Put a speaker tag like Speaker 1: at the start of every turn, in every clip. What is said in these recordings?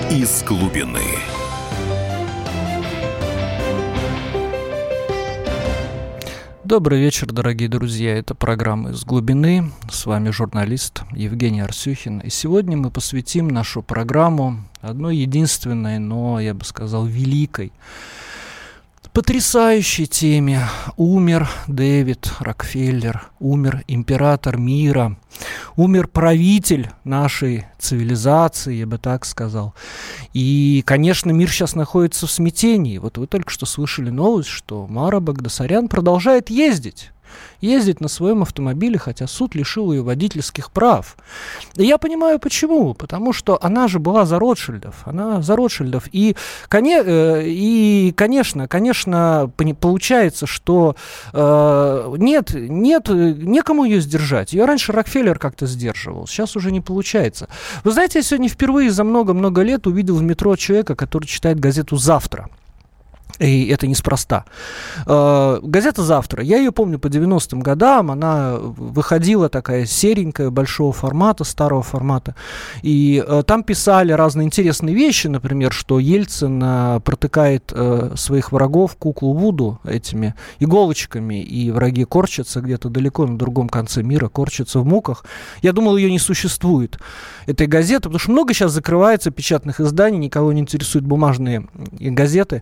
Speaker 1: из глубины.
Speaker 2: Добрый вечер, дорогие друзья. Это программа «Из глубины». С вами журналист Евгений Арсюхин. И сегодня мы посвятим нашу программу одной единственной, но, я бы сказал, великой, потрясающей теме. Умер Дэвид Рокфеллер, умер император мира, умер правитель нашей цивилизации, я бы так сказал. И, конечно, мир сейчас находится в смятении. Вот вы только что слышали новость, что Мара Багдасарян продолжает ездить на своем автомобиле, хотя суд лишил ее водительских прав. И я понимаю, почему. Потому что она же была за Ротшильдов. И, конечно, получается, что некому ее сдержать. Ее раньше Рокфеллер как-то сдерживал. Сейчас уже не получается. Вы знаете, я сегодня впервые за много-много лет увидел в метро человека, который читает газету «Завтра». И это неспроста. Газета «Завтра». Я ее помню по 90-м годам. Она выходила такая серенькая, большого формата, старого формата. И там писали разные интересные вещи. Например, что Ельцин протыкает своих врагов куклу Вуду этими иголочками. И враги корчатся где-то далеко на другом конце мира, корчатся в муках. Я думал, ее не существует, этой газеты. Потому что много сейчас закрывается печатных изданий. Никого не интересуют бумажные газеты.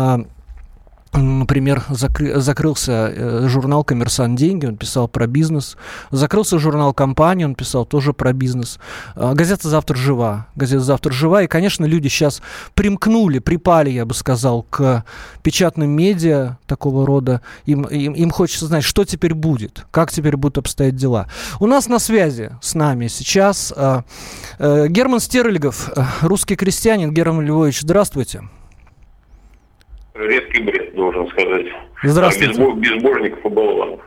Speaker 2: Например, закрылся журнал «Коммерсант. Деньги», он писал про бизнес. Закрылся журнал «Компания», он писал тоже про бизнес. Газета «Завтра» жива. И, конечно, люди сейчас припали, я бы сказал, к печатным медиа такого рода. Им хочется знать, что теперь будет, как теперь будут обстоять дела. У нас на связи с нами сейчас Герман Стерлигов, русский крестьянин. Герман Львович, здравствуйте.
Speaker 3: Редкий бред, должен сказать.
Speaker 2: Здравствуйте.
Speaker 3: Безбожников и болванов.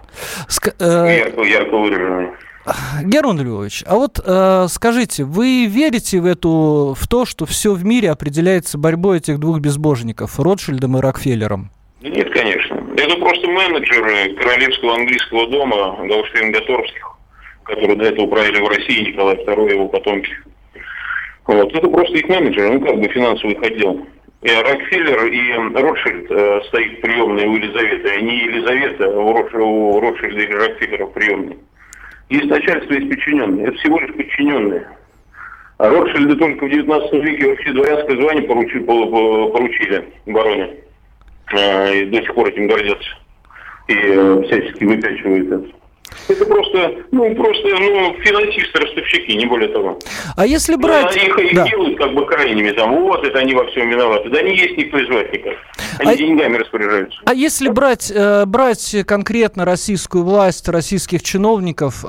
Speaker 3: Ярко выраженный.
Speaker 2: Герман Львович, а вот скажите, вы верите в то, что все в мире определяется борьбой этих двух безбожников, Ротшильдом и Рокфеллером?
Speaker 3: Нет, конечно. Это просто менеджеры королевского английского дома Гаушвейн-Гатторпских, которые до этого правили в России, Николай II и его потомки. Вот. Это просто их менеджеры, как бы финансовых отдел. И Рокфеллер и Ротшильд стоит в приемной у Елизаветы, а не Елизавета у Ротшильда или Рокфеллера в приемной. Есть начальство, есть подчиненные. Это всего лишь подчиненные. А Ротшильды только в 19 веке вообще дворянское звание поручили бароне. И до сих пор этим гордятся. И всячески выпячивают это. Это просто финансисты-ростовщики, не более того.
Speaker 2: А если брать...
Speaker 3: Их делают как бы крайними, это они во всем виноваты. Да не есть никто из ватников. Они деньгами распоряжаются. А
Speaker 2: если брать конкретно российскую власть, российских чиновников,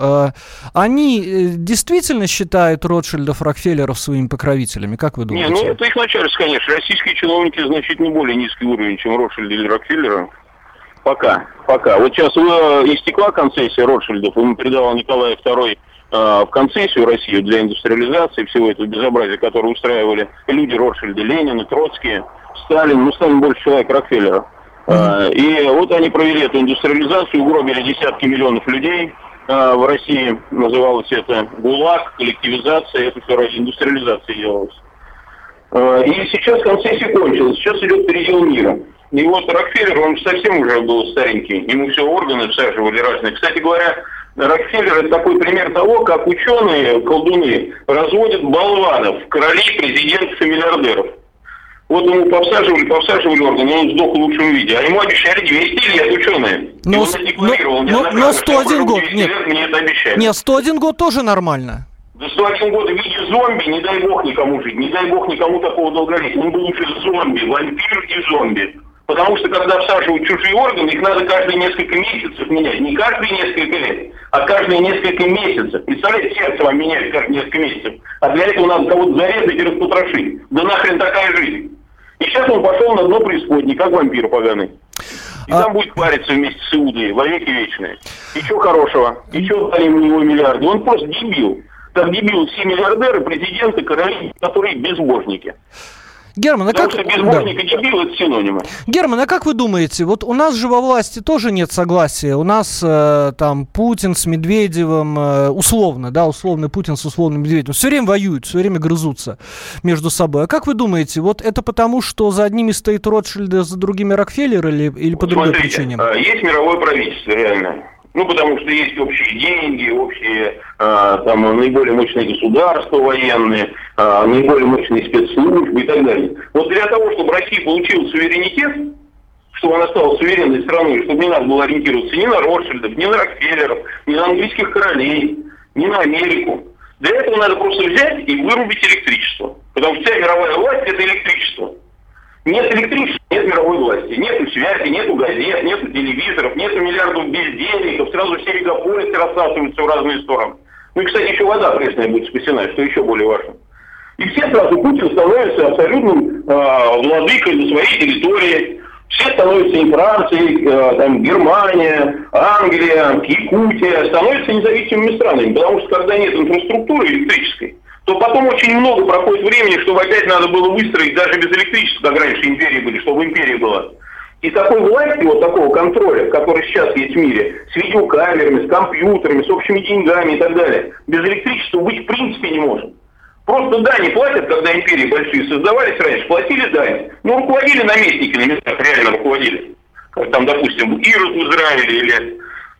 Speaker 2: они действительно считают Ротшильдов, Рокфеллеров своими покровителями? Как вы думаете?
Speaker 3: Это их начальство, конечно. Российские чиновники значительно более низкий уровень, чем Ротшильд или Рокфеллера. Пока. Вот сейчас истекла концессия Ротшильдов, ему передавал Николай II в концессию Россию для индустриализации всего этого безобразия, которое устраивали люди Ротшильда, Ленин, Троцкий, Сталин, Сталин больше человек Рокфеллера. И вот они провели эту индустриализацию, угробили десятки миллионов людей в России, называлось это ГУЛАГ, коллективизация, это все ради индустриализации делалось. И сейчас концессия кончилась, сейчас идет передел мира. И вот Рокфеллер, он совсем уже был старенький, ему все органы всаживали разные. Кстати говоря, Рокфеллер — это такой пример того, как ученые, колдуны, разводят болванов, королей, президентов и миллиардеров. Вот ему повсаживали органы, он сдох в лучшем виде. А ему обещали 200 лет ученые.
Speaker 2: Но 101 год,
Speaker 3: мне это обещали.
Speaker 2: Нет, 101 год тоже нормально.
Speaker 3: За 101 год в виде зомби, не дай бог никому жить, не дай бог никому такого долголетия. Он был лучше зомби, вампир и зомби. Потому что, когда всаживают чужие органы, их надо каждые несколько месяцев менять. Не каждые несколько лет, а каждые несколько месяцев. Представляете, сердце вам меняют каждые несколько месяцев. А для этого надо кого-то зарезать и распотрошить. Да нахрен такая жизнь. И сейчас он пошел на дно преисподней, как вампир поганый. И там будет париться вместе с Иудой во веки вечные. И чего хорошего? И чего дали ему его миллиарды? Он просто дебил. Там дебил все миллиардеры, президенты, короли, которые безбожники.
Speaker 2: Герман,
Speaker 3: Потому что безбожник и дебил – это синонимы.
Speaker 2: Герман, а как вы думаете, вот у нас же во власти тоже нет согласия. У нас там Путин с Медведевым, условный Путин с условным Медведевым, все время воюют, все время грызутся между собой. А как вы думаете, вот это потому, что за одними стоит Ротшильд, за другими Рокфеллер или по другой причине?
Speaker 3: Есть мировое правительство, реально. Потому что есть общие деньги, общие наиболее мощные государства военные, наиболее мощные спецслужбы и так далее. Вот для того, чтобы Россия получила суверенитет, чтобы она стала суверенной страной, чтобы не надо было ориентироваться ни на Ротшильдов, ни на Рокфеллеров, ни на английских королей, ни на Америку. Для этого надо просто взять и вырубить электричество. Потому что вся мировая власть – это электричество. Нет электричества, нет мировой власти, нету связи, нету газет, нету телевизоров, нету миллиардов бездельников, сразу все мегаполисы рассасываются в разные стороны. И, кстати, еще вода пресная будет спасена, что еще более важно. И все сразу Путин становится абсолютным владыкой на своей территории. Все становятся и Франция, Германия, Англия, Якутия, становятся независимыми странами, потому что когда нет инфраструктуры электрической, то потом очень много проходит времени, чтобы опять надо было выстроить даже без электричества, как раньше империи были, чтобы империя была. И такой власти, вот такого контроля, который сейчас есть в мире, с видеокамерами, с компьютерами, с общими деньгами и так далее, без электричества быть в принципе не может. Просто дани платят, когда империи большие создавались раньше, платили дань. Руководили наместники на местах, реально руководили. Как допустим, Ирод в Израиле или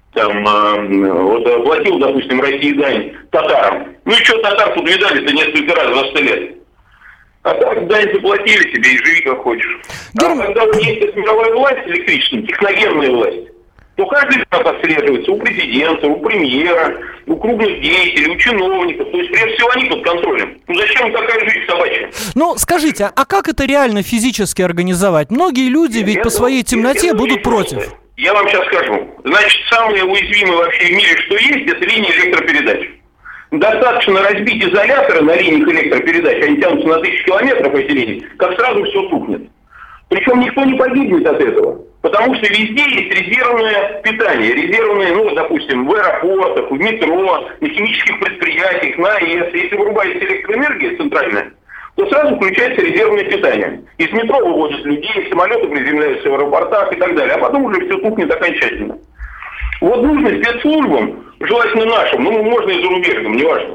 Speaker 3: платил, допустим, России дань татарам. И что татар тут видали-то несколько раз за 100 лет? А так дань заплатили себе и живи как хочешь. А когда есть мировая власть электрическая, техногенная власть, то каждый шаг отслеживается у президента, у премьера, у крупных деятелей, у чиновников. То есть, прежде всего, они под контролем. Зачем такая жизнь собачья?
Speaker 2: Скажите, а как это реально физически организовать? Многие люди ведь по своей темноте будут против.
Speaker 3: Я вам сейчас скажу. Значит, самое уязвимое вообще в мире, что есть, это линии электропередач. Достаточно разбить изоляторы на линиях электропередач, они тянутся на 1000 километров, эти линии, как сразу все тухнет. Причем никто не погибнет от этого. Потому что везде есть резервное питание. Резервное, допустим, в аэропортах, в метро, на химических предприятиях, на АЭС. Если вырубается электроэнергия центральная, то сразу включается резервное питание. Из метро вывозят людей, самолеты приземляются в аэропортах и так далее. А потом уже все тухнет окончательно. Вот нужно спецслужбам, желательно нашим, можно и зарубежным, неважно,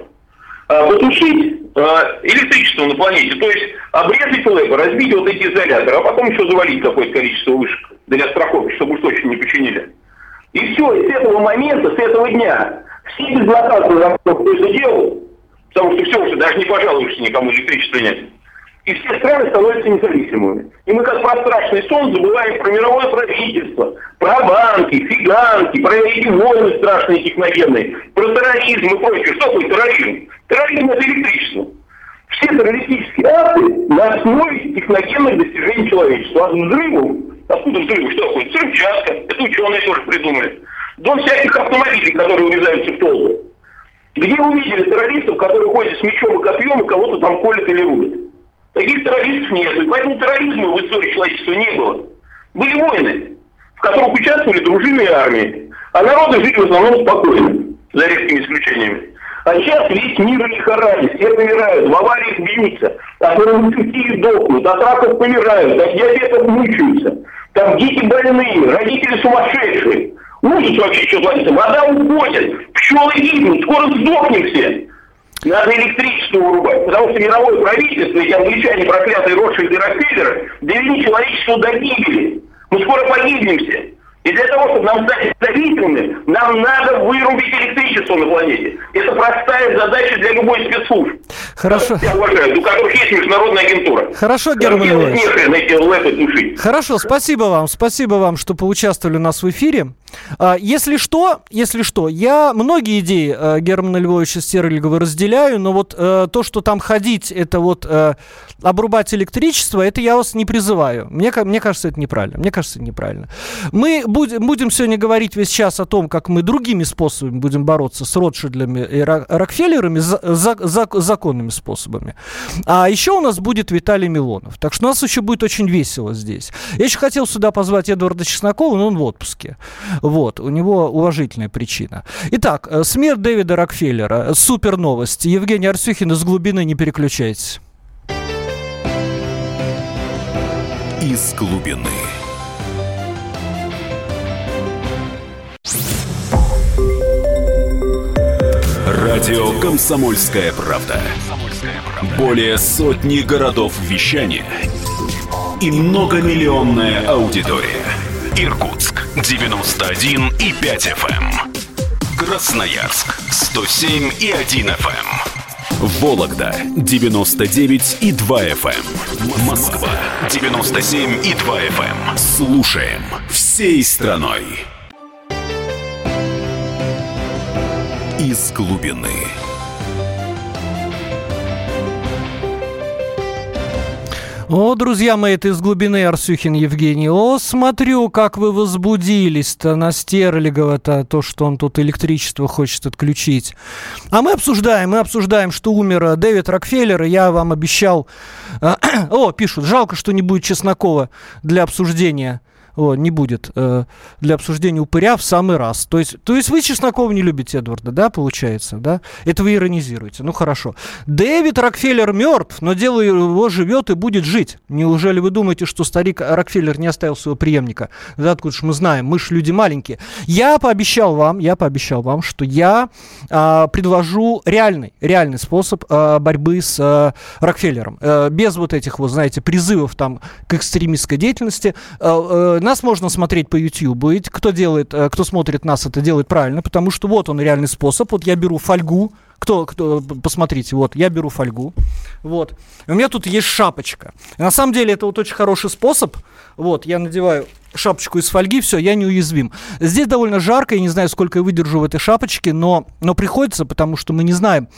Speaker 3: потушить электричество на планете. То есть обрезать ЛЭП, разбить вот эти изоляторы, а потом еще завалить какое-то количество вышек для страховки, чтобы уж точно не починили. И все, и с этого момента, с этого дня, все безблокадные законы, кто это делал, потому что все уже, даже не пожалуешься никому, электричество нет. И все страны становятся независимыми. И мы как про страшный сон забываем про мировое правительство, про банки, фиганки, про эти войны страшные техногенные, про терроризм и прочее. Что такое терроризм? Терроризм – это электричество. Все террористические акты на основе техногенных достижений человечества. От взрывов, откуда взрывы, что такое? Взрывчатка, это ученые тоже придумали. До всяких автомобилей, которые урезаются в толпы. Где увидели террористов, которые ходят с мечом и копьем и кого-то там колят или рубят? Таких террористов нет. И поэтому терроризма в истории человечества не было. Были войны, в которых участвовали дружины и армии. А народы жили в основном спокойно, за редкими исключениями. А сейчас весь мир лихорадит, все помирают, в авариях бьются, от инфекции дохнут, от раков помирают, от диабетов мучаются. Там дети больные, родители сумасшедшие. Ужас вообще, что творится. Вода уходит, пчелы гибнут, скоро сдохнем все. Надо электричество вырубать, потому что мировое правительство, эти англичане проклятые Ротшильды и Рокфеллеры, довели человечество до гибели. Мы скоро погибнем все. И для того, чтобы нам стать независимыми, нам надо вырубить электричество на планете. Это простая задача для любой спецслужб.
Speaker 2: Хорошо.
Speaker 3: Я уважаю, у которых есть международная агентура.
Speaker 2: Хорошо, Герман Львович. Хорошо, спасибо вам, что поучаствовали у нас в эфире. Если что, я многие идеи Германа Львовича Стерлигова разделяю, но вот то, что там ходить, это вот обрубать электричество, это я вас не призываю. Мне кажется, это неправильно. Мы будем сегодня говорить весь час о том, как мы другими способами будем бороться с Ротшильдами и Рокфеллерами, законными способами. А еще у нас будет Виталий Милонов. Так что у нас еще будет очень весело здесь. Я еще хотел сюда позвать Эдварда Чеснокова, но он в отпуске. Вот, у него уважительная причина. Итак, смерть Дэвида Рокфеллера. Супер новость. Евгений Арсюхин из глубины, не переключайтесь.
Speaker 1: из глубины. Радио «Комсомольская правда». Более сотни городов вещания и многомиллионная аудитория. Иркутск 91,5 FM. Красноярск 107,1 FM. Вологда 99,2 FM. Москва 97,2 FM. Слушаем всей страной. Из глубины.
Speaker 2: О, друзья мои, это из глубины Арсюхин Евгений. О, смотрю, как вы возбудились-то на Стерлигова-то, то, что он тут электричество хочет отключить. А мы обсуждаем, что умер Дэвид Рокфеллер, и я вам обещал... пишут, жалко, что не будет Чеснокова для обсуждения. Не будет для обсуждения упыря в самый раз. То есть вы Чеснокова не любите, Эдварда, да, получается, да? Это вы иронизируете. Ну, хорошо. Дэвид Рокфеллер мертв, но дело его живет и будет жить. Неужели вы думаете, что старик Рокфеллер не оставил своего преемника? Да, откуда же мы знаем? Мы же люди маленькие. Я пообещал вам, что я предложу реальный способ борьбы с Рокфеллером. Без вот этих, вот, знаете, призывов там к экстремистской деятельности. Нас можно смотреть по YouTube. И кто смотрит нас, это делает правильно, потому что вот он реальный способ. Вот я беру фольгу. Посмотрите, вот, я беру фольгу. Вот. И у меня тут есть шапочка. И на самом деле это вот очень хороший способ. Вот, я надеваю шапочку из фольги, все, я неуязвим. Здесь довольно жарко, я не знаю, сколько я выдержу в этой шапочке, но приходится, потому что мы не знаем,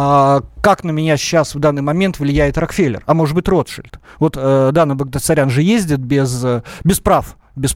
Speaker 2: как на меня сейчас в данный момент влияет Рокфеллер, а может быть Ротшильд. Вот Дана Багдасарян же ездит без прав.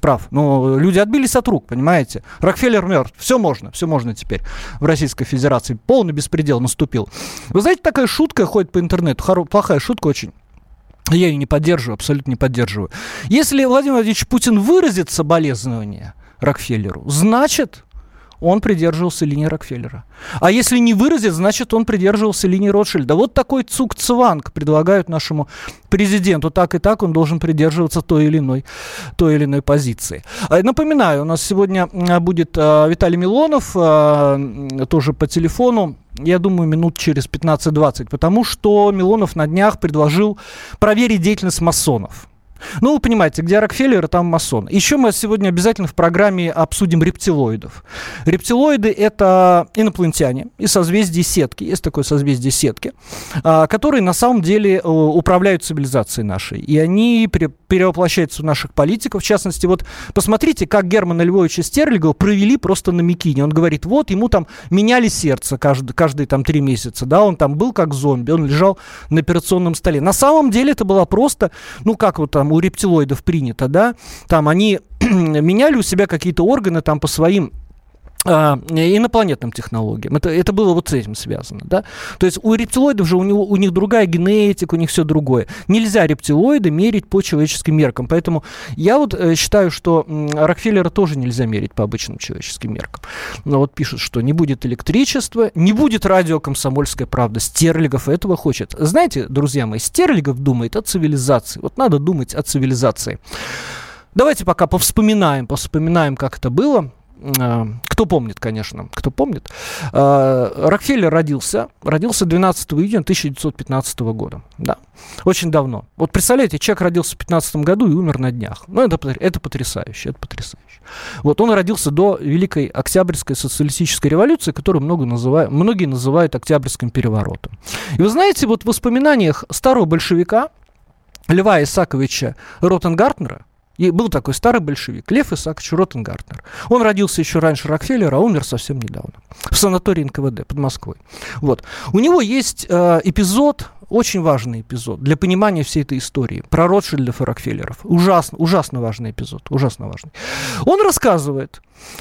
Speaker 2: Но люди отбились от рук, понимаете? Рокфеллер мертв. Все можно теперь в Российской Федерации. Полный беспредел наступил. Вы знаете, такая шутка ходит по интернету. Плохая шутка очень. Я ее не поддерживаю, абсолютно не поддерживаю. Если Владимир Владимирович Путин выразит соболезнования Рокфеллеру, значит, он придерживался линии Рокфеллера. А если не выразит, значит, он придерживался линии Ротшильда. Вот такой цугцванг предлагают нашему президенту. Так и так он должен придерживаться той или иной позиции. Напоминаю, у нас сегодня будет Виталий Милонов, тоже по телефону. Я думаю, минут через 15-20, потому что Милонов на днях предложил проверить деятельность масонов. Ну, вы понимаете, где Рокфеллер, там масон. Еще мы сегодня обязательно в программе обсудим рептилоидов. Рептилоиды — это инопланетяне из созвездия Сетки. Есть такое созвездие Сетки, которые на самом деле управляют цивилизацией нашей. И они перевоплощаются в наших политиков. В частности, вот посмотрите, как Германа Львовича Стерлигова провели просто на Микине. Он говорит, вот ему там меняли сердце каждые там 3 месяца. Да, он там был как зомби, он лежал на операционном столе. На самом деле это было просто, как вот там у рептилоидов принято, да, там они меняли у себя какие-то органы там по своим инопланетным технологиям. Это было вот с этим связано, да. То есть у рептилоидов же у них другая генетика, у них все другое. Нельзя рептилоиды мерить по человеческим меркам. Поэтому я вот считаю, что Рокфеллера тоже нельзя мерить по обычным человеческим меркам. Но вот пишут, что не будет электричества, не будет радио «Комсомольская правда». Стерлигов этого хочет. Знаете, друзья мои, Стерлигов думает о цивилизации. Вот надо думать о цивилизации. Давайте пока повспоминаем, как это было. Кто помнит, конечно, кто помнит. Рокфеллер родился 12 июня 1915 года. Да, очень давно. Вот представляете, человек родился в 15 году и умер на днях. Это потрясающе, Вот он родился до Великой Октябрьской социалистической революции, которую многие называют Октябрьским переворотом. И вы знаете, вот в воспоминаниях старого большевика Льва Исааковича Ротенгартнера, и был такой старый большевик, Лев Исаакович Ротенгартнер. Он родился еще раньше Рокфеллера, а умер совсем недавно. В санатории НКВД под Москвой. Вот. У него есть эпизод, очень важный эпизод для понимания всей этой истории про Ротшильдов и Рокфеллеров. Ужасно важный эпизод. Ужасно важный. Он рассказывает,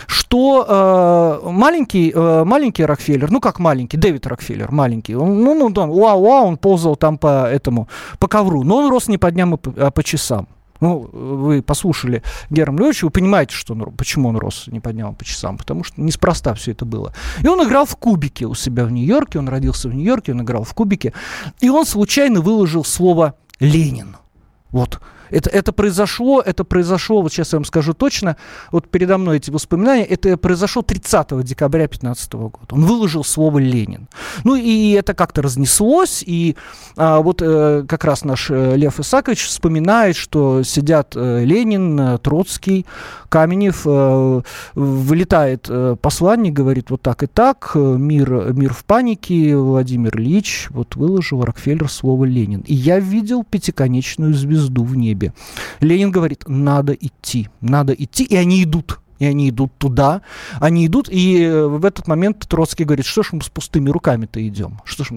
Speaker 2: что маленький Рокфеллер, как маленький, Дэвид Рокфеллер, маленький, он ползал там по ковру, но он рос не по дням, а по часам. Вы послушали Германа Львовича, вы понимаете, почему он рос не по дням, а по часам, потому что неспроста все это было. И он играл в кубики у себя в Нью-Йорке, он родился в Нью-Йорке, он играл в кубики, и он случайно выложил слово «Ленин». Вот. Это произошло, вот сейчас я вам скажу точно, вот передо мной эти воспоминания, это произошло 30 декабря 2015 года. Он выложил слово «Ленин». Ну, и это как-то разнеслось, и как раз наш Лев Исаакович вспоминает, что сидят Ленин, Троцкий, Каменев, вылетает посланник, говорит вот так и так, мир в панике, Владимир Ильич вот выложил Рокфеллер слово «Ленин». И я видел пятиконечную звезду в небе. Ленин говорит, надо идти, и они идут. И они идут туда, и в этот момент Троцкий говорит, что ж мы с пустыми руками-то идем?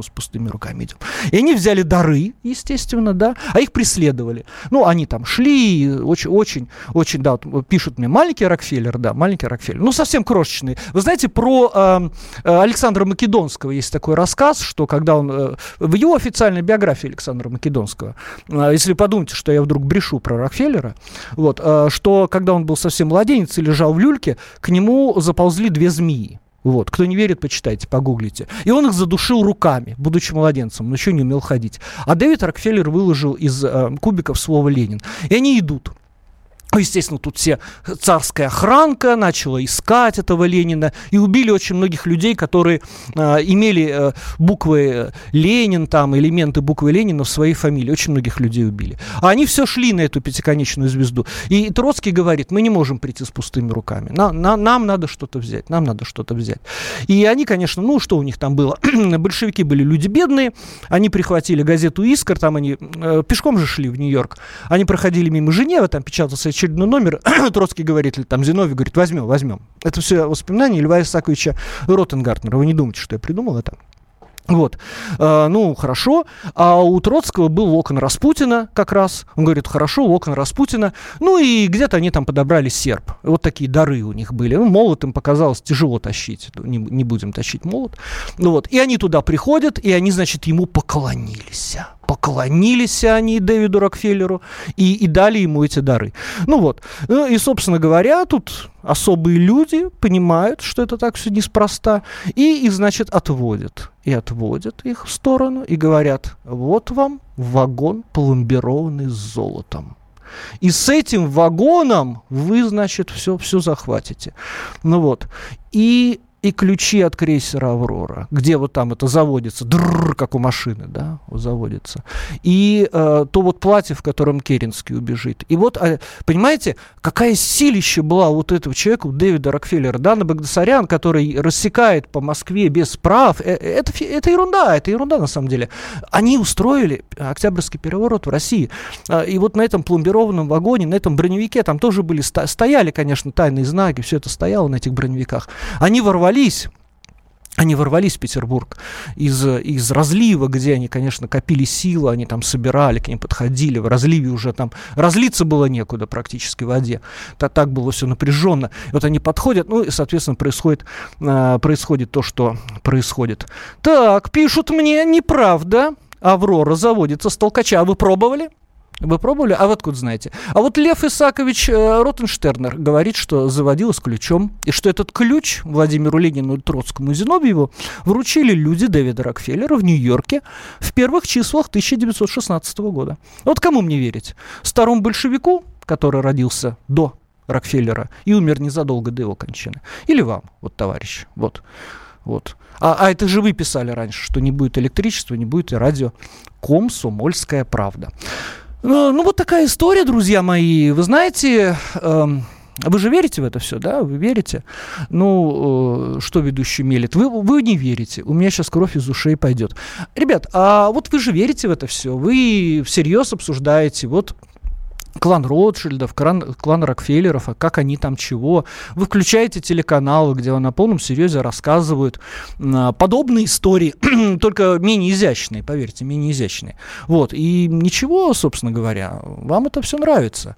Speaker 2: И они взяли дары, естественно, да, а их преследовали. Ну, они там шли, очень, да, вот пишут мне, маленький Рокфеллер, ну, совсем крошечный. Вы знаете, про Александра Македонского есть такой рассказ, что когда он, в его официальной биографии Александра Македонского, если подумайте, что я вдруг брешу про Рокфеллера, вот, что когда он был совсем младенец и лежал в люльке, к нему заползли 2 змеи. Вот. Кто не верит, почитайте, погуглите. И он их задушил руками, будучи младенцем, но еще не умел ходить. А Дэвид Рокфеллер выложил из кубиков слово «Ленин». И они идут. Естественно, тут все царская охранка начала искать этого Ленина, и убили очень многих людей, которые имели буквы Ленин, там, элементы буквы Ленина в своей фамилии. Очень многих людей убили. А они все шли на эту пятиконечную звезду. И Троцкий говорит, мы не можем прийти с пустыми руками. Нам надо что-то взять, И они, конечно, ну, что у них там было? Большевики были люди бедные, они прихватили газету «Искр», там они пешком же шли в Нью-Йорк. Они проходили мимо Женевы, там печатался очередной номер, Троцкий говорит, или там Зиновий говорит, возьмем. Это все воспоминания Льва Исааковича Ротенгартнера. Вы не думайте, что я придумал это. Вот, ну, хорошо, а у Троцкого был локон Распутина как раз, он говорит, хорошо, локон Распутина, ну, и где-то они там подобрали серп, вот такие дары у них были, ну, молот им показалось тяжело тащить, не будем тащить молот, ну, вот, и они туда приходят, и они, значит, ему поклонились они Дэвиду Рокфеллеру и дали ему эти дары. Ну вот, ну, и, собственно говоря, тут особые люди понимают, что это так все неспроста, и значит, отводят их в сторону и говорят, вот вам вагон, пломбированный с золотом. И с этим вагоном вы, значит, все захватите. Ну вот, и ключи от крейсера «Аврора», где вот там это заводится, как у машины, да, заводится, и то вот платье, в котором Керенский убежит. И вот, понимаете, какая силища была вот этого человека, у Дэвида Рокфеллера, да, Багдасарян, который рассекает по Москве без прав, это ерунда на самом деле. Они устроили Октябрьский переворот в России, и вот на этом пломбированном вагоне, на этом броневике, там тоже стояли, конечно, тайные знаки, все это стояло на этих броневиках. Они ворвались в Петербург из разлива, где они, конечно, копили силы, они там собирали, к ним подходили, в разливе уже там разлиться было некуда практически в воде, так было все напряженно. И вот они подходят, ну и, соответственно, происходит то, что происходит. Так, пишут мне, неправда, «Аврора» заводится с толкача. А вы пробовали? А вы откуда знаете? А вот Лев Исаакович Ротенштернер говорит, что заводилась ключом, и что этот ключ Владимиру Ленину, Троцкому и Зиновьеву вручили люди Дэвида Рокфеллера в Нью-Йорке в первых числах 1916 года. Вот кому мне верить? Старому большевику, который родился до Рокфеллера и умер незадолго до его кончины? Или вам, вот, товарищ? Вот. А это же вы писали раньше, что не будет электричества, не будет и радио. «Комсомольская правда». Ну, вот такая история, друзья мои. Вы знаете, вы же верите в это все, да? Вы верите? Ну, что ведущий мелет? Вы не верите. У меня сейчас кровь из ушей пойдет. Ребят, а вот вы же верите в это все. Вы всерьез обсуждаете вот клан Ротшильдов, клан Рокфеллеров, а как они там чего. Вы включаете телеканалы, где на полном серьезе рассказывают подобные истории, только менее изящные, поверьте, менее изящные. Вот, и ничего, собственно говоря, вам это все нравится.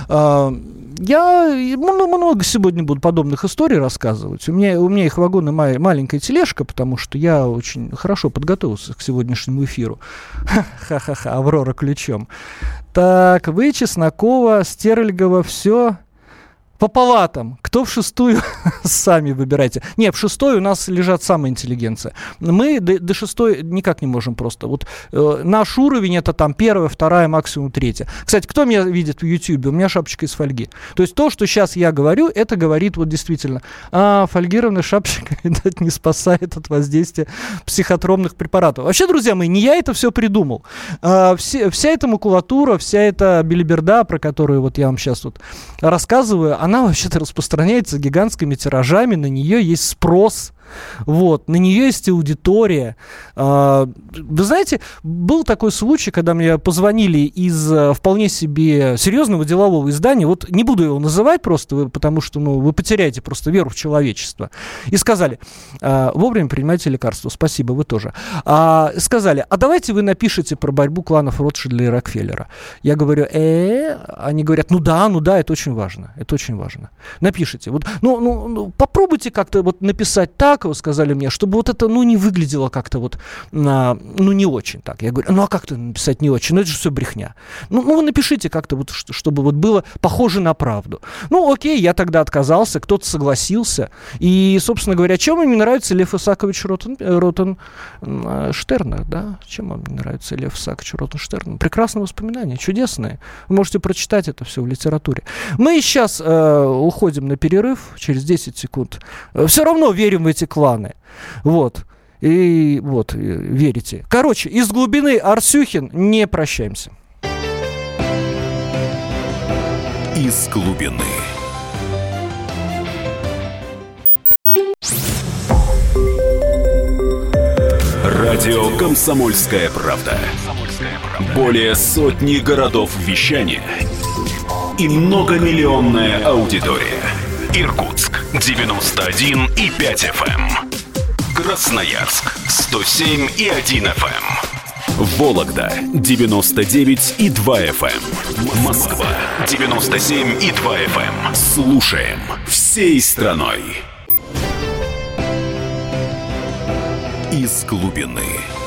Speaker 2: Я много сегодня буду подобных историй рассказывать. У меня их вагон и маленькая тележка, потому что я очень хорошо подготовился к сегодняшнему эфиру. Ха-ха-ха, «Аврора» ключом. Так, вы, Чеснокова, Стерлигова, все По палатам. Кто в шестую, сами выбирайте. Не, в шестой у нас лежат самая интеллигенция. Мы до шестой никак не можем просто. Вот наш уровень это там первая, вторая, максимум третья. Кстати, кто меня видит в Ютьюбе? У меня шапочка из фольги. То есть то, что сейчас я говорю, это говорит вот действительно, фольгированная шапочка не спасает от воздействия психотропных препаратов. Вообще, друзья мои, не я это все придумал. Вся эта макулатура, вся эта белиберда, про которую вот я вам сейчас тут рассказываю, она вообще-то распространяется гигантскими тиражами, на нее есть спрос. Вот, на нее есть аудитория. Вы знаете, был такой случай, когда мне позвонили из вполне себе серьезного делового издания, вот не буду его называть просто, потому что вы потеряете просто веру в человечество, и сказали: вовремя принимайте лекарства, спасибо, вы тоже. Сказали: а давайте вы напишите про борьбу кланов Ротшильда и Рокфеллера. Я говорю: они говорят: ну да, это очень важно, напишите. Вот, попробуйте как-то вот написать так, вы сказали мне, чтобы вот это, не выглядело как-то вот, не очень так. Я говорю: а как-то написать не очень? Это же все брехня. Вы напишите как-то вот, чтобы вот было похоже на правду. Окей, я тогда отказался, кто-то согласился. И, собственно говоря, чем мне нравится Лев Исаакович Ротенштернер, да? Чем вам нравится Лев Исаакович Ротенштернер? Прекрасные воспоминания, чудесные. Вы можете прочитать это все в литературе. Мы сейчас уходим на перерыв, через 10 секунд. Все равно верим в эти кланы. Вот. И вот, верите. Короче, из глубины Арсюхин, не прощаемся.
Speaker 1: Из глубины. Радио «Комсомольская правда». Более сотни городов вещания и многомиллионная аудитория. Иркутск 91,5 FM. Красноярск 107,1 FM. Вологда 99,2 FM. Москва 97,2 FM. Слушаем всей страной. Из глубины.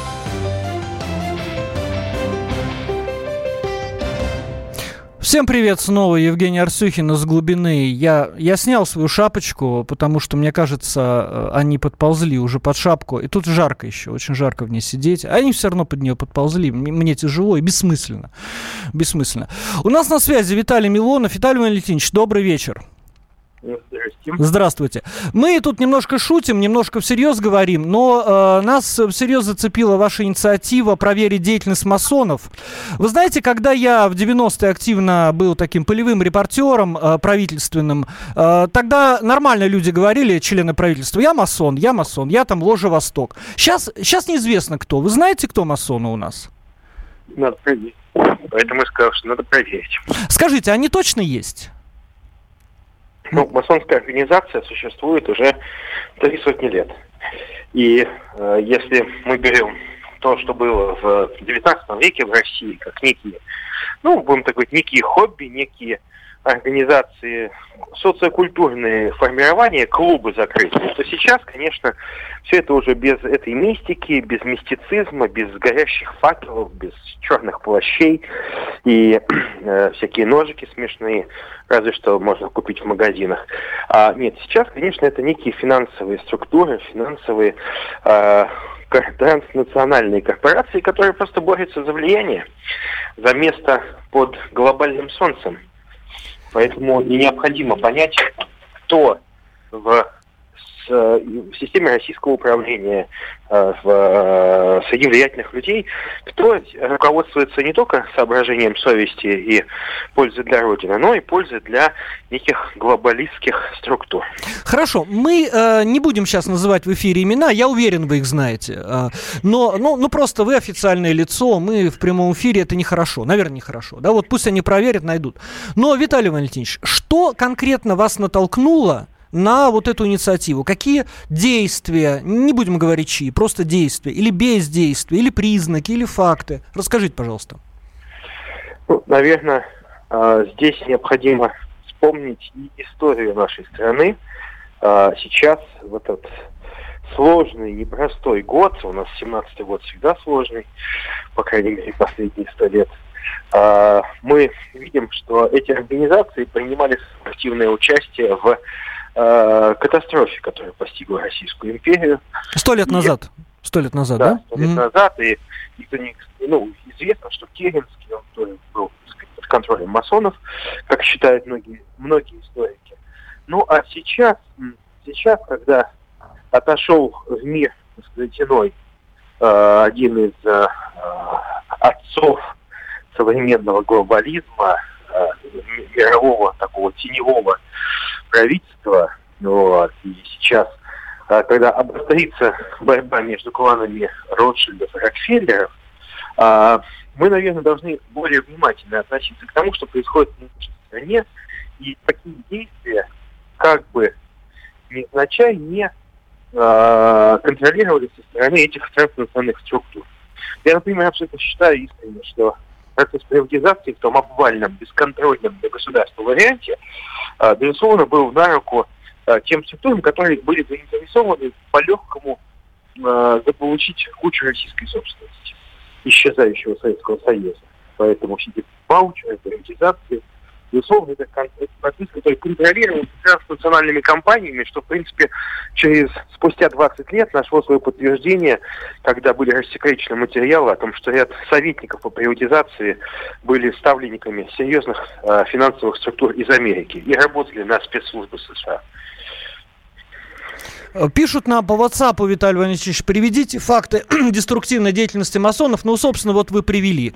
Speaker 2: Всем привет, снова Евгений Арсюхин из глубины. Я снял свою шапочку, потому что, мне кажется, они подползли уже под шапку. И тут жарко еще, очень жарко в ней сидеть. Они все равно под нее подползли. Мне тяжело и бессмысленно. У нас на связи Виталий Милонов. Виталий Валентинович, добрый вечер. Здравствуйте. Мы тут немножко шутим, немножко всерьез говорим, но нас всерьез зацепила ваша инициатива проверить деятельность масонов. Вы знаете, когда я в 90-е активно был таким полевым репортером правительственным, тогда нормально люди говорили, члены правительства: я масон, я там ложа Восток. Сейчас неизвестно кто. Вы знаете, кто масоны у нас?
Speaker 4: Надо проверить. Поэтому я сказал, что надо проверить.
Speaker 2: Скажите, они точно есть?
Speaker 4: Масонская организация существует уже 300 лет. И если мы берем то, что было в 19 веке в России, как некие, будем так говорить, некие хобби, некие организации, социокультурные формирования, клубы закрытые, то сейчас, конечно, все это уже без этой мистики, без мистицизма, без горящих факелов, без черных плащей и всякие ножики смешные, разве что можно купить в магазинах. Нет, сейчас, конечно, это некие финансовые структуры, финансовые транснациональные корпорации, которые просто борются за влияние, за место под глобальным солнцем. Поэтому необходимо понять, кто в системе российского управления, среди влиятельных людей, кто руководствуется не только соображением совести и пользы для Родины, но и пользы для неких глобалистских структур.
Speaker 2: Хорошо, мы не будем сейчас называть в эфире имена, я уверен, вы их знаете, но просто вы официальное лицо, мы в прямом эфире, это нехорошо, наверное, нехорошо, да, вот пусть они проверят, найдут. Но, Виталий Валентинович, что конкретно вас натолкнуло на вот эту инициативу? Какие действия, не будем говорить чьи, просто действия, или бездействия, или признаки, или факты? Расскажите, пожалуйста.
Speaker 4: Наверное, здесь необходимо вспомнить и историю нашей страны. Сейчас в этот сложный, непростой год, у нас 17-й год всегда сложный, по крайней мере, последние 100 лет, мы видим, что эти организации принимали активное участие в катастрофе, которая постигла Российскую империю.
Speaker 2: 100 лет назад. 100 лет назад, да?
Speaker 4: 100 лет назад, и никто не... известно, что Керенский, он тоже был, так сказать, под контролем масонов, как считают многие историки. Ну, а сейчас, когда отошел в мир, так сказать, иной, один из отцов современного глобализма, мирового такого теневого правительства, и сейчас, когда обострится борьба между кланами Ротшильдов и Рокфеллеров, мы, наверное, должны более внимательно относиться к тому, что происходит в нашей стране, и такие действия как бы невзначай не контролировали со стороны этих транснациональных структур. Я, например, абсолютно считаю искренне, что процесс приватизации в том обвальном, бесконтрольном для государства варианте, безусловно, был на руку тем структурам, которые были заинтересованы по-легкому заполучить кучу российской собственности, исчезающего Советского Союза. Поэтому все эти ваучеры, приватизации, безусловно, это процесс, который контролировался транснациональными компаниями, что, в принципе, спустя 20 лет нашло свое подтверждение, когда были рассекречены материалы о том, что ряд советников по приватизации были ставленниками серьезных финансовых структур из Америки и работали на спецслужбы США.
Speaker 2: Пишут нам по WhatsApp, Виталий Валентинович, приведите факты деструктивной деятельности масонов. Ну, собственно, вот вы привели.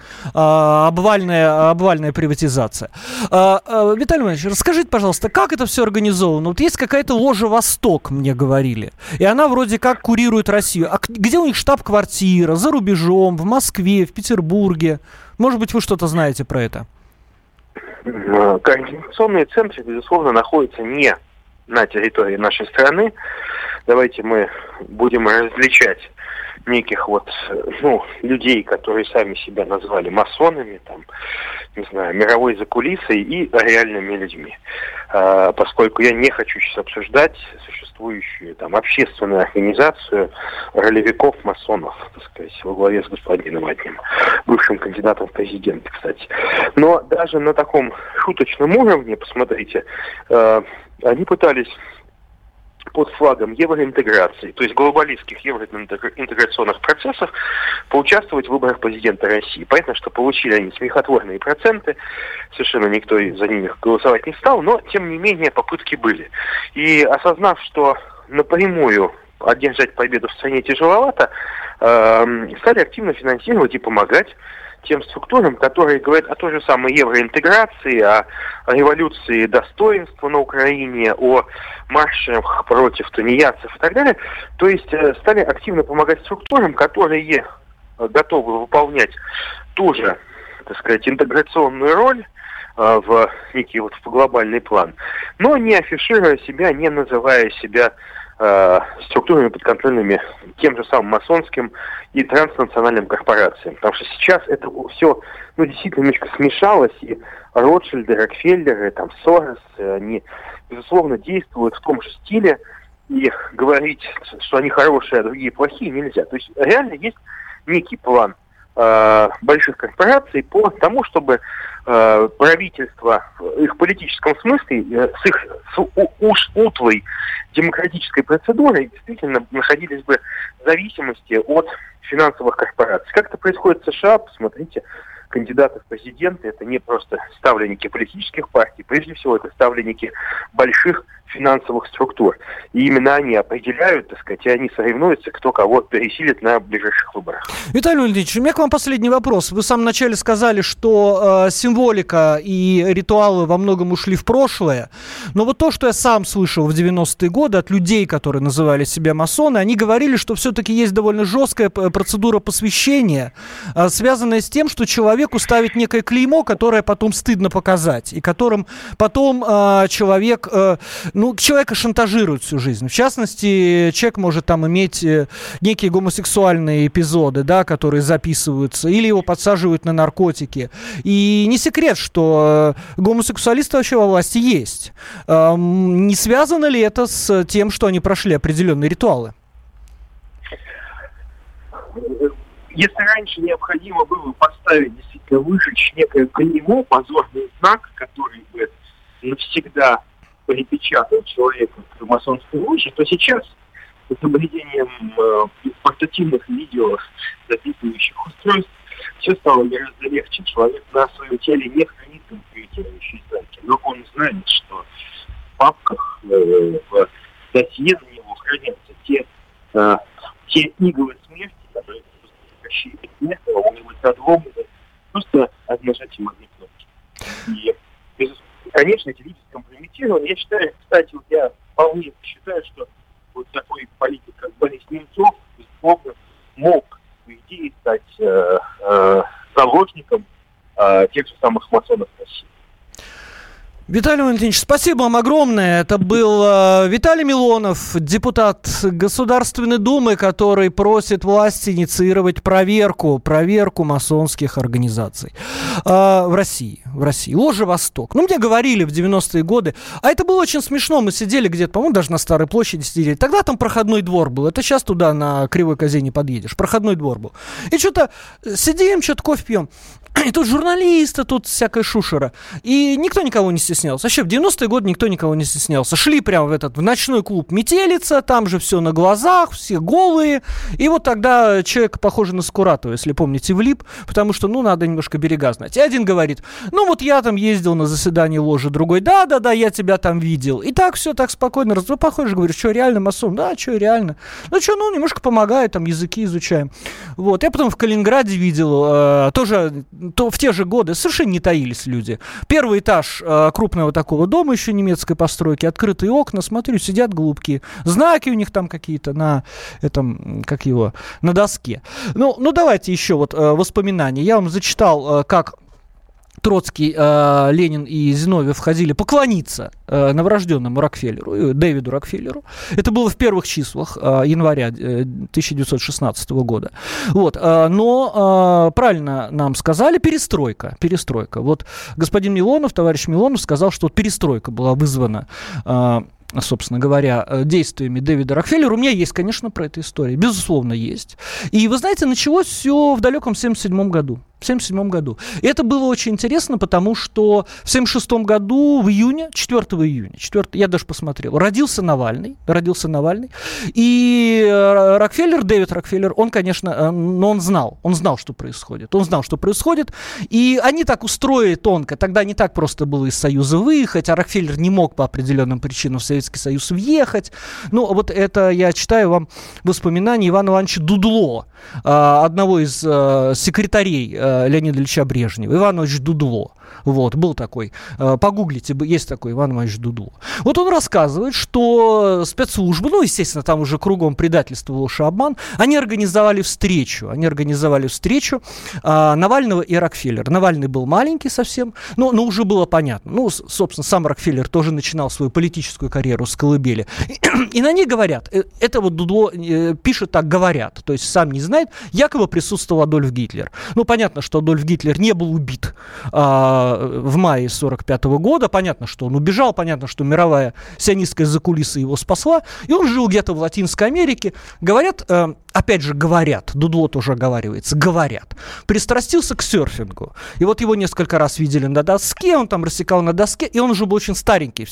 Speaker 2: Обвальная приватизация. Виталий Валентинович, расскажите, пожалуйста, как это все организовано? Вот есть какая-то ложа «Восток», мне говорили, и она вроде как курирует Россию. А где у них штаб-квартира? За рубежом, в Москве, в Петербурге? Может быть, вы что-то знаете про это?
Speaker 4: Координационные центры, безусловно, находятся не на территории нашей страны. Давайте мы будем различать неких людей, которые сами себя назвали масонами, мировой закулисой и реальными людьми. Поскольку я не хочу сейчас обсуждать существующую общественную организацию ролевиков-масонов, так сказать, во главе с господином одним, бывшим кандидатом в президенты, кстати. Но даже на таком шуточном уровне, посмотрите, они пытались под флагом евроинтеграции, то есть глобалистских евроинтеграционных процессов, поучаствовать в выборах президента России. Понятно, что получили они смехотворные проценты, совершенно никто за них голосовать не стал, но, тем не менее, попытки были. И осознав, что напрямую одержать победу в стране тяжеловато, стали активно финансировать и помогать тем структурам, которые говорят о той же самой евроинтеграции, о революции достоинства на Украине, о маршах против тунеядцев и так далее. То есть стали активно помогать структурам, которые готовы выполнять ту же, так сказать, интеграционную роль в некий глобальный план, но не афишируя себя, не называя себя структурами подконтрольными тем же самым масонским и транснациональным корпорациям. Потому что сейчас это все действительно немножко смешалось, и Ротшильды, Рокфеллеры, Сорос, они, безусловно, действуют в том же стиле, и говорить, что они хорошие, а другие плохие, нельзя. То есть реально есть некий план больших корпораций по тому, чтобы правительство в их политическом смысле с их утлой демократической процедурой действительно находились бы в зависимости от финансовых корпораций. Как это происходит в США, посмотрите, кандидаты в президенты — это не просто ставленники политических партий, прежде всего это ставленники больших финансовых структур. И именно они определяют, так сказать, и они соревнуются, кто кого пересилит на ближайших выборах.
Speaker 2: Виталий Валентинович, у меня к вам последний вопрос. Вы в самом начале сказали, что символика и ритуалы во многом ушли в прошлое. Но вот то, что я сам слышал в 90-е годы от людей, которые называли себя масоны, они говорили, что все-таки есть довольно жесткая процедура посвящения, связанная с тем, что человеку ставить некое клеймо, которое потом стыдно показать, и которым потом человека шантажируют всю жизнь. В частности, человек может иметь некие гомосексуальные эпизоды, которые записываются, или его подсаживают на наркотики. И не секрет, что гомосексуалисты вообще во власти есть. Не связано ли это с тем, что они прошли определенные ритуалы?
Speaker 4: если раньше необходимо было поставить, действительно выжечь некое клеймо, позорный знак, который бы навсегда припечатал человека к масонской ложе, то сейчас с изобретением портативных видео записывающих устройств все стало гораздо легче. Человек на своем теле не хранит компрометирующие знаки, но он знает, что в папках, в досье на него хранятся те иглы смерти, которые прекращают бессмертного, могут быть надломлены просто от нажатия одной кнопки. И, конечно, эти люди скомпрометированы. Я считаю, кстати, я вполне считаю, что вот такой политик, как Борис Немцов, безусловно, мог, по идее, стать заложником тех же самых масонов России.
Speaker 2: Виталий Валентинович, спасибо вам огромное. Это был Виталий Милонов, депутат Государственной Думы, который просит власти инициировать проверку масонских организаций в России. Ложа «Восток». Мне говорили в 90-е годы, а это было очень смешно. Мы сидели где-то, по-моему, даже на Старой площади сидели. Тогда там проходной двор был. Это сейчас туда на Кривой Козе не подъедешь. Проходной двор был. И что-то сидим, что-то кофе пьем. И тут журналисты, тут всякая шушера. И никто никого не стеснялся. Вообще в 90-е годы никто никого не стеснялся. Шли прямо в ночной клуб «Метелица», там же все на глазах, все голые. И вот тогда человек, похожий на Скуратова, если помните, влип, потому что, надо немножко берега знать. И один говорит, я там ездил на заседание ложи, другой, да, я тебя там видел. И так все так спокойно. Похоже, говорю, что реально масон? Да, что реально? Немножко помогает, там языки изучаем. Вот. Я потом в Калининграде видел, тоже в те же годы совершенно не таились люди. Первый этаж крупного такого дома еще немецкой постройки, открытые окна, смотрю, сидят голубки. Знаки у них там какие-то на на доске. Давайте еще воспоминания. Я вам зачитал, как Троцкий, Ленин и Зиновьев ходили поклониться новорожденному Рокфеллеру, Дэвиду Рокфеллеру. Это было в первых числах января 1916 года. Но правильно нам сказали, перестройка. Господин Милонов, товарищ Милонов сказал, что перестройка была вызвана, собственно говоря, действиями Дэвида Рокфеллера. У меня есть, конечно, про эту историю. Безусловно, есть. И, вы знаете, началось все в далеком 1977 году. В 1977 году. И это было очень интересно, потому что в 1976 году, в июне, 4 июня, я даже посмотрел, родился Навальный, и Дэвид Рокфеллер, он, конечно, но он знал, что происходит. И они так устроили тонко, тогда не так просто было из Союза выехать, а Рокфеллер не мог по определенным причинам в Советский Союз въехать. Это я читаю вам воспоминания Ивана Ивановича Дудло, одного из секретарей Леонида Ильича Брежнева, Иван Иванович Дудло. Был такой. Погуглите, есть такой Иван Иванович Дудло. Он рассказывает, что спецслужбы, естественно, там уже кругом предательство, ложь и обман, они организовали встречу Навального и Рокфеллера. Навальный был маленький совсем, но уже было понятно. Собственно, сам Рокфеллер тоже начинал свою политическую карьеру с колыбели. И на ней говорят, это Дудло пишет так, говорят, то есть сам не знает, якобы присутствовал Адольф Гитлер. Понятно, что Адольф Гитлер не был убит в мае 1945 года. Понятно, что он убежал, понятно, что мировая сионистская закулиса его спасла, и он жил где-то в Латинской Америке. Говорят, опять же говорят, Дудло тоже оговаривается, пристрастился к серфингу. И его несколько раз видели на доске, он там рассекал на доске, и он уже был очень старенький в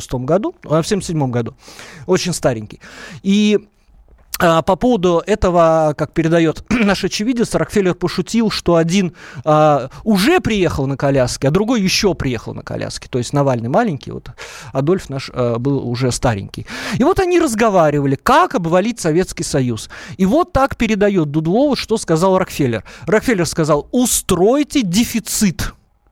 Speaker 2: 1977 году, очень старенький. И по поводу этого, как передает наш очевидец, Рокфеллер пошутил, что один уже приехал на коляске, а другой еще приехал на коляске. То есть Навальный маленький, Адольф наш был уже старенький. И они разговаривали, как обвалить Советский Союз. И так передает Дудло, что сказал Рокфеллер. Рокфеллер сказал: устройте дефицит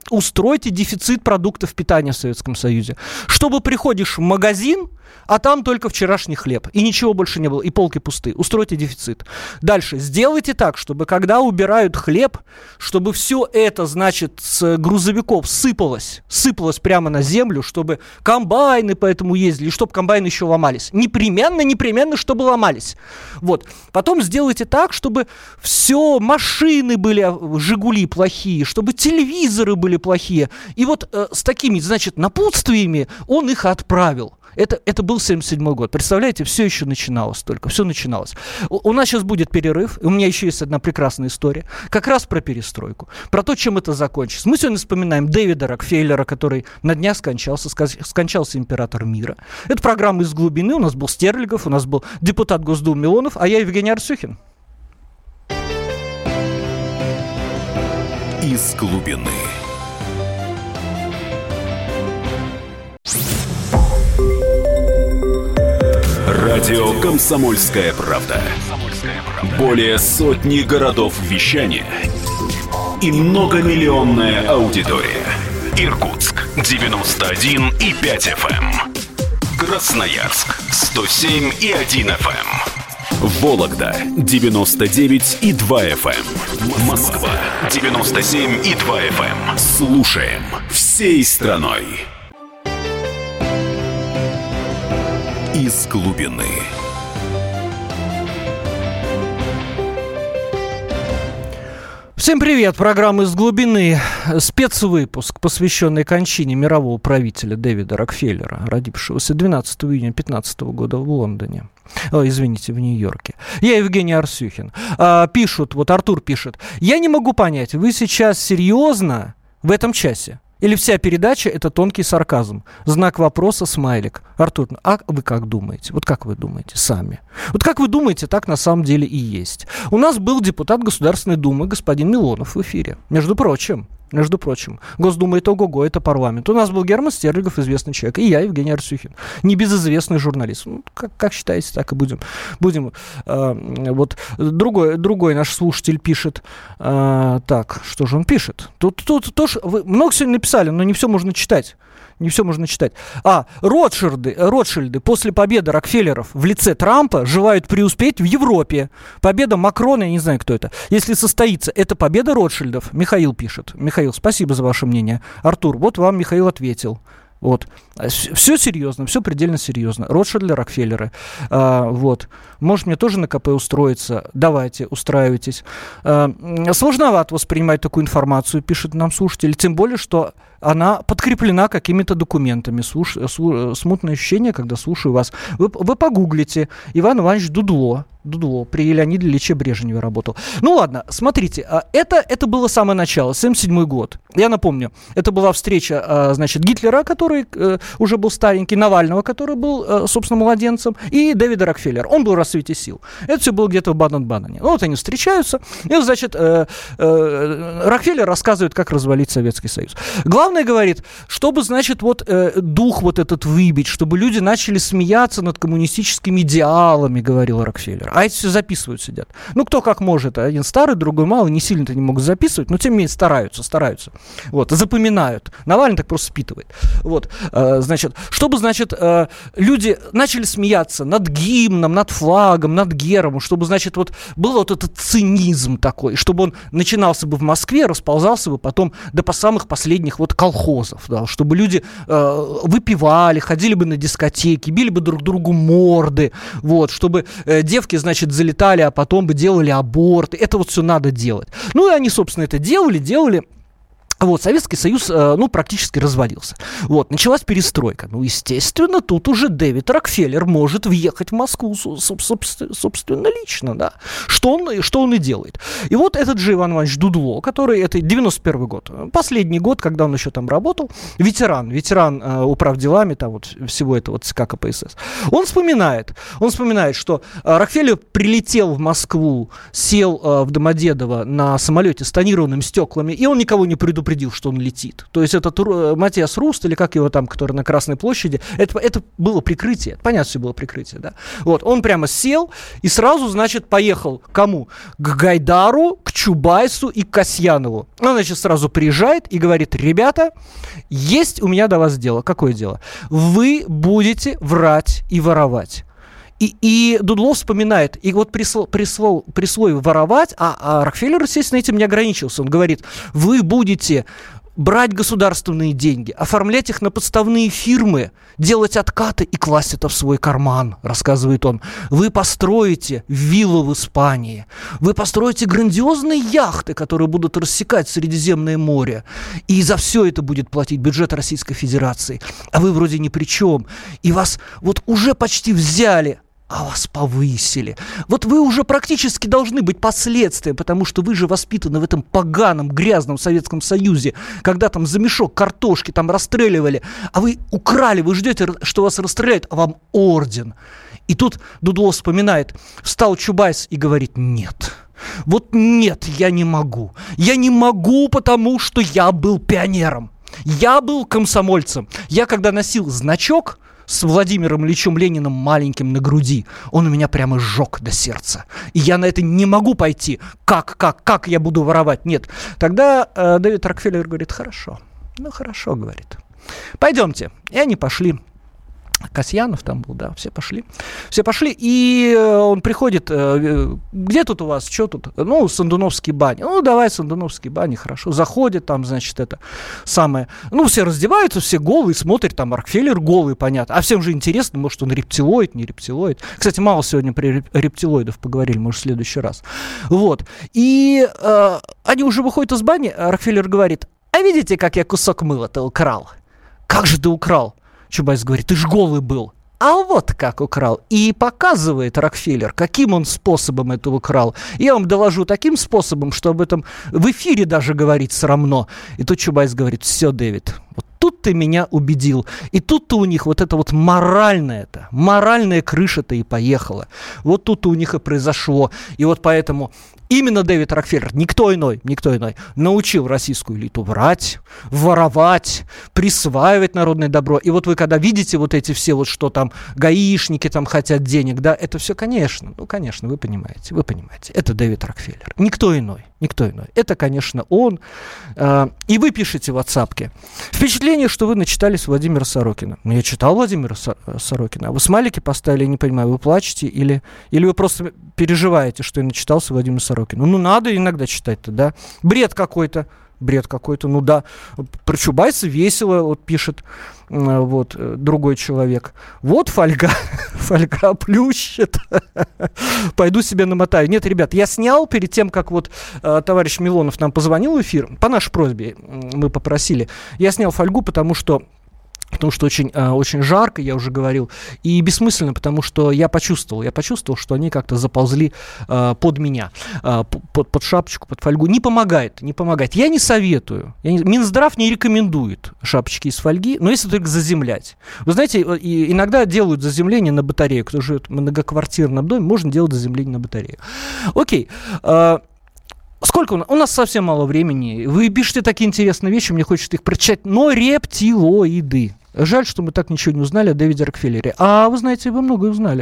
Speaker 2: продуктов питания в Советском Союзе. Чтобы приходишь в магазин, а там только вчерашний хлеб, и ничего больше не было, и полки пустые. Устройте дефицит. Дальше. Сделайте так, чтобы когда убирают хлеб, чтобы все это, с грузовиков сыпалось прямо на землю, чтобы комбайны поэтому ездили, и чтобы комбайны еще ломались. Непременно, чтобы ломались. Потом сделайте так, чтобы все машины были, «Жигули» плохие, чтобы телевизоры были плохие. И с такими, напутствиями он их отправил. Это был 1977 год. Представляете, все еще начиналось только, все начиналось. У нас сейчас будет перерыв, и у меня еще есть одна прекрасная история, как раз про перестройку, про то, чем это закончится. Мы сегодня вспоминаем Дэвида Рокфеллера, который на днях скончался император мира. Это программа «Из глубины», у нас был Стерлигов, у нас был депутат Госдумы Милонов, а я Евгений Арсюхин.
Speaker 1: «Из глубины». Радио «Комсомольская правда». Более сотни городов вещания и многомиллионная аудитория. Иркутск 91,5 FM. Красноярск 107,1 FM. Вологда 99,2 FM. Москва 97,2 FM. Слушаем всей страной. Из глубины.
Speaker 2: Всем привет! Программа «Из глубины». Спецвыпуск, посвященный кончине мирового правителя Дэвида Рокфеллера, родившегося 12 июня 2015 года в Лондоне. В Нью-Йорке. Я Евгений Арсюхин. Пишут, вот Артур пишет: я не могу понять, вы сейчас серьезно в этом часе? Или вся передача — это тонкий сарказм? Знак вопроса, смайлик. Артур, а вы как думаете? Вот как вы думаете сами? Вот как вы думаете, так на самом деле и есть. У нас был депутат Государственной Думы господин Милонов в эфире. Между прочим, Госдума — это ого-го, это парламент. У нас был Герман Стерлигов, известный человек, и я, Евгений Арсюхин, небезызвестный журналист. Ну, как считаете, так и будем. Вот другой наш слушатель пишет. Так, что же он пишет? Тут тоже вы много сегодня написали, но не все можно читать. Ротшильды после победы Рокфеллеров в лице Трампа желают преуспеть в Европе. Победа Макрона, я не знаю, кто это. Если состоится, это победа Ротшильдов. Михаил пишет. Михаил, спасибо за ваше мнение. Артур, вот вам Михаил ответил. Вот. Все серьезно, все предельно серьезно. Ротшильды, Рокфеллеры. Вот. Может, мне тоже на КП устроиться? Давайте, устраивайтесь. Сложновато воспринимать такую информацию, пишет нам слушатель. Тем более, что она подкреплена какими-то документами. Смутное ощущение, когда слушаю вас. Вы погуглите. Иван Иванович Дудло при Леониде Ильиче Брежневе работал. Ну ладно, смотрите, это было самое начало, 1977 год. Я напомню, это была встреча, Гитлера, который уже был старенький, Навального, который был, собственно, младенцем, и Дэвида Рокфеллера. Он был в расцвете сил. Это все было где-то в Баден-Бадене. Вот они встречаются, и, Рокфеллер рассказывает, как развалить Советский Союз. Главное, говорит, чтобы, дух вот этот выбить, чтобы люди начали смеяться над коммунистическими идеалами, говорил Рокфеллер. А эти все записывают, сидят. Ну, кто как может. Один старый, другой малый, не сильно-то не могут записывать, но тем не менее стараются. Вот, запоминают. Навальный так просто спитывает. Вот, чтобы, люди начали смеяться над гимном, над флагом, над гербом, чтобы, был вот этот цинизм такой, чтобы он начинался бы в Москве, расползался бы потом до самых последних колхозов, да, чтобы люди выпивали, ходили бы на дискотеки, били бы друг другу морды, вот, чтобы девки, залетали, а потом бы делали аборты. Это вот все надо делать. Ну, и они, собственно, это делали. Вот, Советский Союз, практически развалился. Вот, началась перестройка. Ну, естественно, тут уже Дэвид Рокфеллер может въехать в Москву, собственно, лично, да. Что он и делает. И вот этот же Иван Иванович Дудло, который, это 91 год, последний год, когда он еще там работал, ветеран управделами, там вот всего этого ЦК КПСС, он вспоминает, что Рокфеллер прилетел в Москву, сел в Домодедово на самолете с тонированными стеклами, и он никого не предупредил, что он летит. То есть этот Матиас Руст, или как его там, который на Красной площади, это было прикрытие. Понятно, что было прикрытие, да? Вот, он прямо сел и сразу, поехал к кому? К Гайдару, к Чубайсу и к Касьянову. Он, сразу приезжает и говорит: ребята, есть у меня до вас дело. Какое дело? Вы будете врать и воровать. И Дудло вспоминает, и вот при слове «воровать», а Рокфеллер, естественно, этим не ограничился. Он говорит: вы будете брать государственные деньги, оформлять их на подставные фирмы, делать откаты и класть это в свой карман, рассказывает он. Вы построите виллу в Испании, вы построите грандиозные яхты, которые будут рассекать Средиземное море, и за все это будет платить бюджет Российской Федерации. А вы вроде ни при чем, и вас вот уже почти взяли, а вас повысили. Вот вы уже практически должны быть последствием, потому что вы же воспитаны в этом поганом, грязном Советском Союзе, когда там за мешок картошки там расстреливали, а вы украли, вы ждете, что вас расстреляют, а вам орден. И тут Дудло вспоминает, встал Чубайс и говорит: нет. Вот нет, я не могу. Я не могу, потому что я был пионером. Я был комсомольцем. Я когда носил значок с Владимиром Ильичем Лениным маленьким на груди, он у меня прямо сжег до сердца. И я на это не могу пойти. Как я буду воровать? Нет. Тогда Дэвид Рокфеллер говорит: хорошо. Ну, хорошо, говорит. Пойдемте. И они пошли. Касьянов там был, да, все пошли, и он приходит: где тут у вас, что тут? Ну, Сандуновские бани. Ну, давай, Сандуновские бани, хорошо. Заходит там, значит, это самое, ну, все раздеваются, все голые, смотрят, там Рокфеллер голый, понятно. А всем же интересно, может, он рептилоид, не рептилоид. Кстати, мало сегодня про рептилоидов поговорили, может, в следующий раз. Вот. И они уже выходят из бани, а Рокфеллер говорит: а видите, как я кусок мыла-то украл? Как же ты украл? Чубайс говорит: ты ж голый был. А вот как украл. И показывает Рокфеллер, каким он способом это украл. Я вам доложу таким способом, что об этом в эфире даже говорить срамно. И тут Чубайс говорит: все, Дэвид, вот тут ты меня убедил. И тут-то у них вот это вот моральная крыша-то и поехала. Вот тут-то у них и произошло. И вот поэтому именно Дэвид Рокфеллер, никто иной, научил российскую элиту врать, воровать, присваивать народное добро. И вот вы когда видите вот эти все, вот что там гаишники там хотят денег, да, это все, конечно, вы понимаете, это Дэвид Рокфеллер. Никто иной. Это, конечно, он. И вы пишете в WhatsApp: впечатление, что вы начитались Владимира Сорокина. Ну, я читал Владимира Сорокина. А вы смайлики поставили, я не понимаю, вы плачете или вы просто переживаете, что я начитался Владимира Сорокина? Ну, надо иногда читать-то, да. Бред какой-то, ну да. Про Чубайса весело, вот пишет вот другой человек. Вот фольга плющит. Пойду себе намотаю. Нет, ребят, я снял перед тем, как вот товарищ Милонов нам позвонил в эфир. По нашей просьбе мы попросили. Я снял фольгу, потому что очень жарко, я уже говорил, и бессмысленно, потому что я почувствовал, что они как-то заползли под меня, под шапочку, под фольгу. Не помогает. Я не советую. Минздрав не рекомендует шапочки из фольги, но если только заземлять. Вы знаете, иногда делают заземление на батарею. Кто живет в многоквартирном доме, можно делать заземление на батарею. Окей. Сколько у нас совсем мало времени. Вы пишете такие интересные вещи, мне хочется их прочитать. Но рептилоиды. Жаль, что мы так ничего не узнали о Дэвиде Рокфеллере. А вы знаете, вы многое узнали.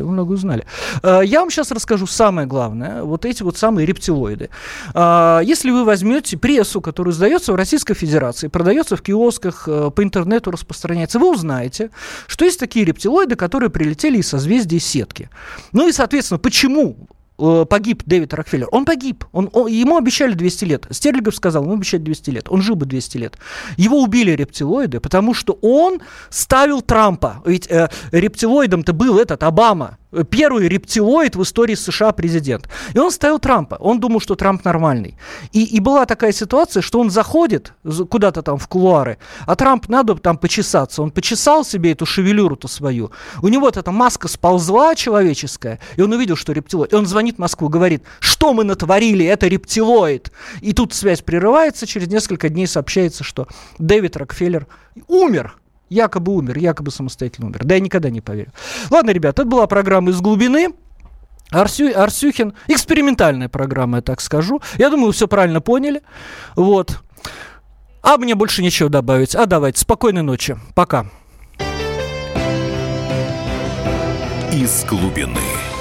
Speaker 2: Я вам сейчас расскажу самое главное. Вот эти вот самые рептилоиды. Если вы возьмете прессу, которая издается в Российской Федерации, продается в киосках, по интернету распространяется, вы узнаете, что есть такие рептилоиды, которые прилетели из созвездия Сетки. Ну и, соответственно, почему погиб Дэвид Рокфеллер? Он погиб. Ему обещали 200 лет. Стерлигов сказал, ему обещали 200 лет. Он жил бы 200 лет. Его убили рептилоиды, потому что он ставил Трампа. Ведь рептилоидом-то был этот Обама. Первый рептилоид в истории США президент. И он ставил Трампа. Он думал, что Трамп нормальный. И была такая ситуация, что он заходит куда-то там в кулуары, а Трамп надо там почесаться. Он почесал себе эту шевелюру-то свою. У него эта маска сползла человеческая, и он увидел, что рептилоид. И он звонит в Москву, говорит: что мы натворили, это рептилоид. И тут связь прерывается, через несколько дней сообщается, что Дэвид Рокфеллер умер. Якобы самостоятельно умер. Да я никогда не поверю. Ладно, ребят, это была программа «Из глубины». Арсюхин. Экспериментальная программа, я так скажу. Я думаю, вы все правильно поняли. Вот. А мне больше нечего добавить. Давайте. Спокойной ночи. Пока.
Speaker 1: «Из глубины».